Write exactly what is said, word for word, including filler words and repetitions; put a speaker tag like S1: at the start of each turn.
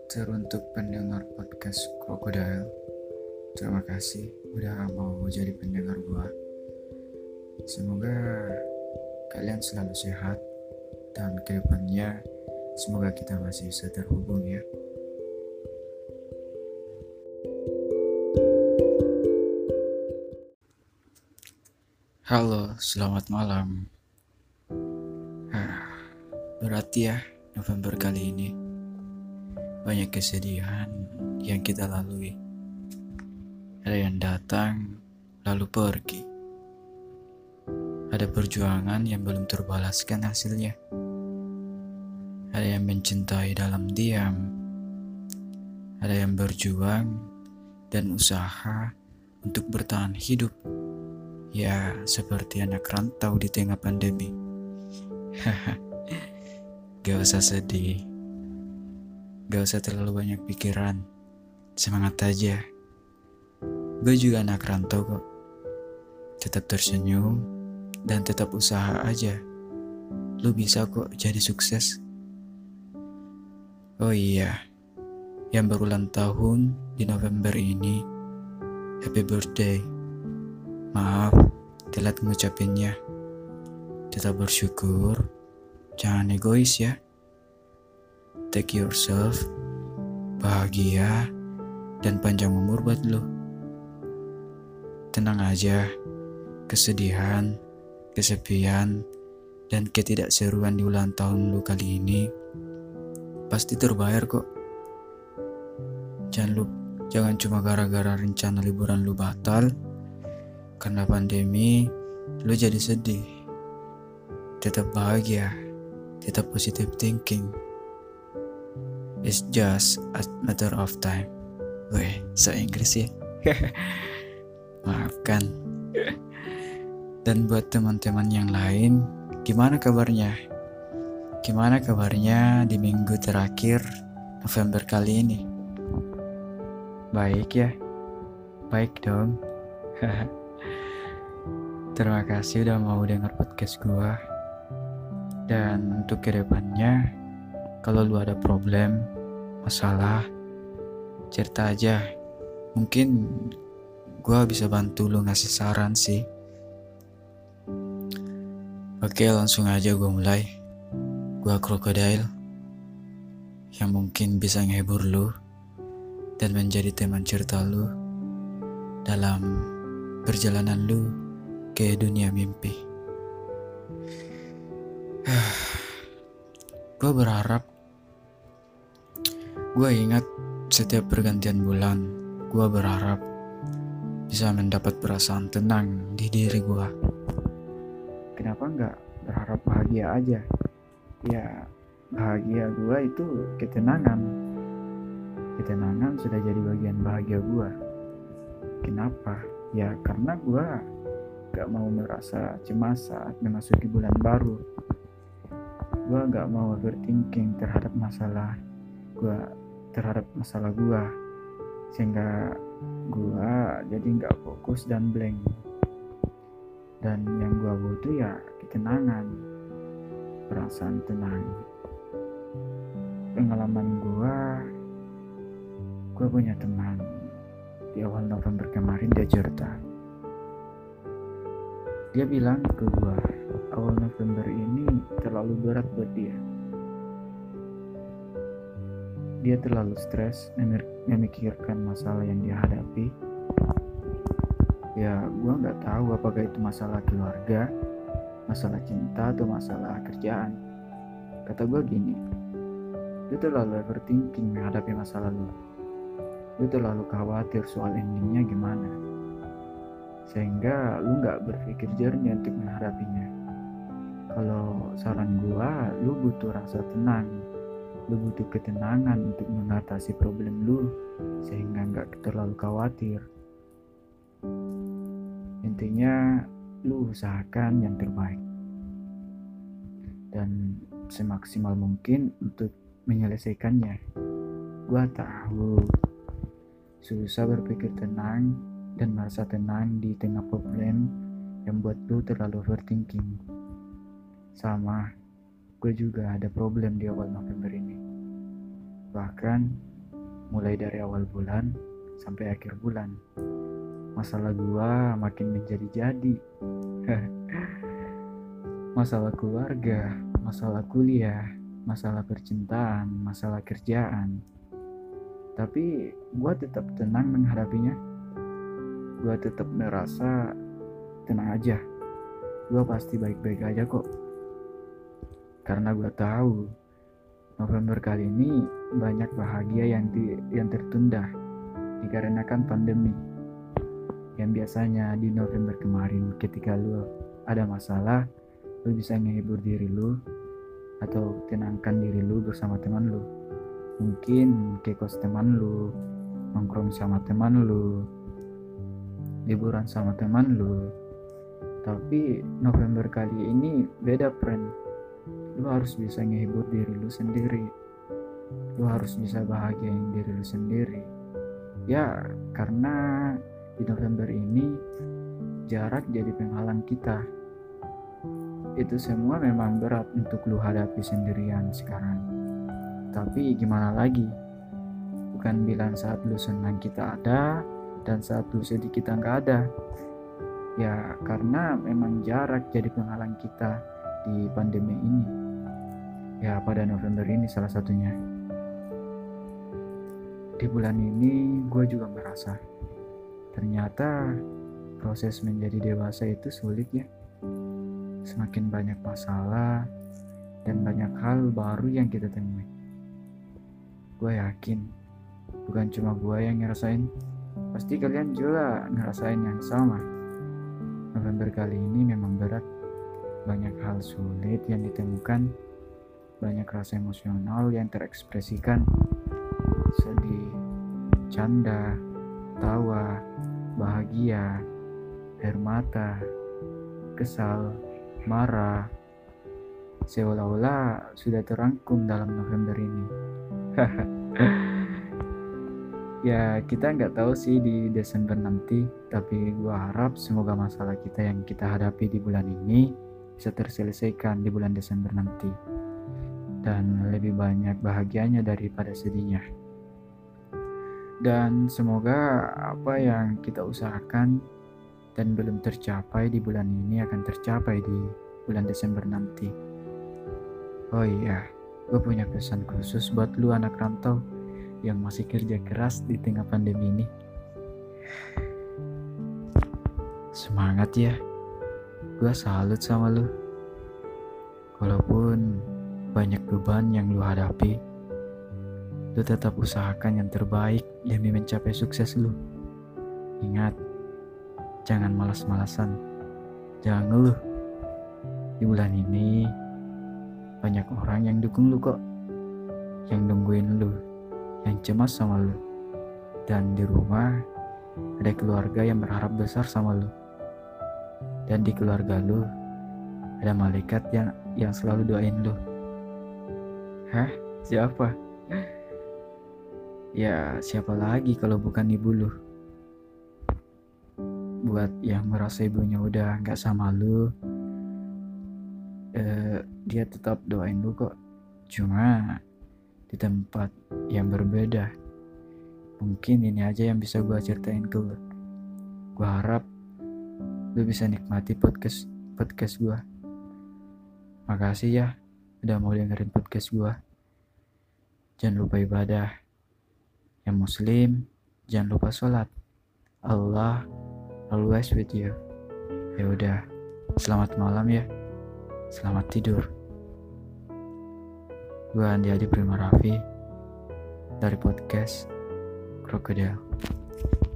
S1: Teruntuk pendengar podcast Krokodil, terima kasih udah mau jadi pendengar gua. Semoga kalian selalu sehat dan kedepannya semoga kita masih bisa terhubung ya. Halo, selamat malam. Ah, berat ya November kali ini. Banyak kesedihan yang kita lalui. Ada yang datang lalu pergi. Ada perjuangan yang belum terbalaskan hasilnya. Ada yang mencintai dalam diam. Ada yang berjuang dan usaha untuk bertahan hidup. Ya, seperti anak rantau di tengah pandemi. Gak usah sedih. Gak usah terlalu banyak pikiran. Semangat aja. Gue juga anak rantau kok. Tetap tersenyum dan tetap usaha aja. Lu bisa kok jadi sukses. Oh iya, yang berulang tahun di November ini, happy birthday. Maaf, telat ngucapinnya. Tetap bersyukur, jangan egois ya. Take yourself, bahagia, dan panjang umur buat lo. Tenang aja, kesedihan, kesepian, dan ketidakseruan di ulang tahun lu kali ini pasti terbayar kok. Jangan lu, jangan cuma gara-gara rencana liburan lu batal karena pandemi, lu jadi sedih. Tetap bahagia, tetap positive thinking. It's just a matter of time. Weh, so Inggris ya. Maafkan. Dan buat teman-teman yang lain, gimana kabarnya? Gimana kabarnya di minggu terakhir November kali ini? Baik ya? Baik dong. Terima kasih udah mau dengar podcast gua. Dan untuk kedepannya, kalau lu ada problem, masalah, cerita aja. Mungkin gua bisa bantu lu ngasih saran sih. Oke, langsung aja gua mulai. Gua Krokodil yang mungkin bisa ngehibur lu dan menjadi teman cerita lu dalam perjalanan lu ke dunia mimpi. Gue berharap, gue ingat setiap pergantian bulan, gue berharap bisa mendapat perasaan tenang di diri gue. Kenapa nggak berharap bahagia aja? Ya, bahagia gue itu ketenangan. Ketenangan sudah jadi bagian bahagia gue. Kenapa? Ya karena gue gak mau merasa cemas saat memasuki bulan baru. Gue gak mau overthinking terhadap masalah gue, terhadap masalah gue, sehingga gue jadi gak fokus dan blank. Dan yang gue butuh ya ketenangan, perasaan tenang. Pengalaman gue, gue punya teman di awal November kemarin, dia cerita. Dia bilang ke gue, awal November ini terlalu berat buat dia. Dia terlalu stres memikirkan masalah yang dia hadapi. Ya, gue gak tahu apakah itu masalah keluarga, masalah cinta, atau masalah kerjaan. Kata gue gini, lu terlalu overthinking menghadapi masalah lu. Lu terlalu khawatir soal endingnya gimana, sehingga lu gak berpikir jernih untuk menghadapinya. Kalau saran gua, lu butuh rasa tenang. Lu butuh ketenangan untuk mengatasi problem lu, sehingga gak terlalu khawatir. Intinya, lu usahakan yang terbaik dan semaksimal mungkin untuk menyelesaikannya. Gua tahu susah berpikir tenang dan merasa tenang di tengah problem yang buat lu terlalu overthinking. Sama, gue juga ada problem di awal November ini. Bahkan mulai dari awal bulan sampai akhir bulan. Masalah gua makin menjadi-jadi. Masalah keluarga, masalah kuliah, masalah percintaan, masalah kerjaan. Tapi gua tetap tenang menghadapinya. Gua tetap merasa tenang aja. Gua pasti baik-baik aja kok. Karena gua tahu November kali ini banyak bahagia yang di, yang tertunda dikarenakan pandemi. Yang biasanya di November kemarin ketika lu ada masalah, lu bisa menghibur diri lu atau tenangkan diri lu bersama teman lu. Mungkin ke kos teman lu, nongkrong sama teman lu, liburan sama teman lu. Tapi November kali ini beda, friend. Lu harus bisa menghibur diri lu sendiri. Lu harus bisa bahagiain diri lu sendiri. Ya, karena di November ini jarak jadi penghalang kita. Itu semua memang berat untuk lu hadapi sendirian sekarang. Tapi gimana lagi? Bukan bilang saat lu senang kita ada dan saat lu sedih kita nggak ada. Ya karena memang jarak jadi penghalang kita di pandemi ini. Ya pada November ini salah satunya. Di bulan ini gue juga merasa ternyata proses menjadi dewasa itu sulit ya. Semakin banyak masalah dan banyak hal baru yang kita temui. Gue yakin bukan cuma gue yang ngerasain, pasti kalian juga ngerasain yang sama. November kali ini memang berat. Banyak hal sulit yang ditemukan, banyak rasa emosional yang terekspresikan. Sedih, canda, tawa, bahagia, air mata, kesal, marah, seolah-olah sudah terangkum dalam November ini. Ya kita nggak tahu sih di Desember nanti, tapi gua harap semoga masalah kita yang kita hadapi di bulan ini bisa terselesaikan di bulan Desember nanti, dan lebih banyak bahagianya daripada sedihnya. Dan semoga apa yang kita usahakan dan belum tercapai di bulan ini akan tercapai di bulan Desember nanti. Oh iya, gue punya pesan khusus buat lu anak rantau yang masih kerja keras di tengah pandemi ini. Semangat ya, gue salut sama lu. Walaupun banyak beban yang lu hadapi, lu tetap usahakan yang terbaik demi mencapai sukses lu. Ingat, jangan malas-malasan, jangan ngeluh. Di bulan ini banyak orang yang dukung lu kok, yang nungguin lu, yang cemas sama lu. Dan di rumah ada keluarga yang berharap besar sama lu. Dan di keluarga lu ada malaikat yang yang selalu doain lu. Hah? Siapa? Ya siapa lagi kalau bukan ibu lu. Buat yang merasa ibunya udah gak sama lu, eh, dia tetap doain lu kok. Cuma di tempat yang berbeda. Mungkin ini aja yang bisa gue ceritain ke lu. Gue harap lu bisa nikmati podcast podcast gue. Makasih ya udah mau dengerin podcast gue. Jangan lupa ibadah. Yang muslim jangan lupa sholat. Allah always with you. Ya udah, selamat malam ya. Selamat tidur. Gue Andi Adi Prima Raffi dari podcast Krokodil.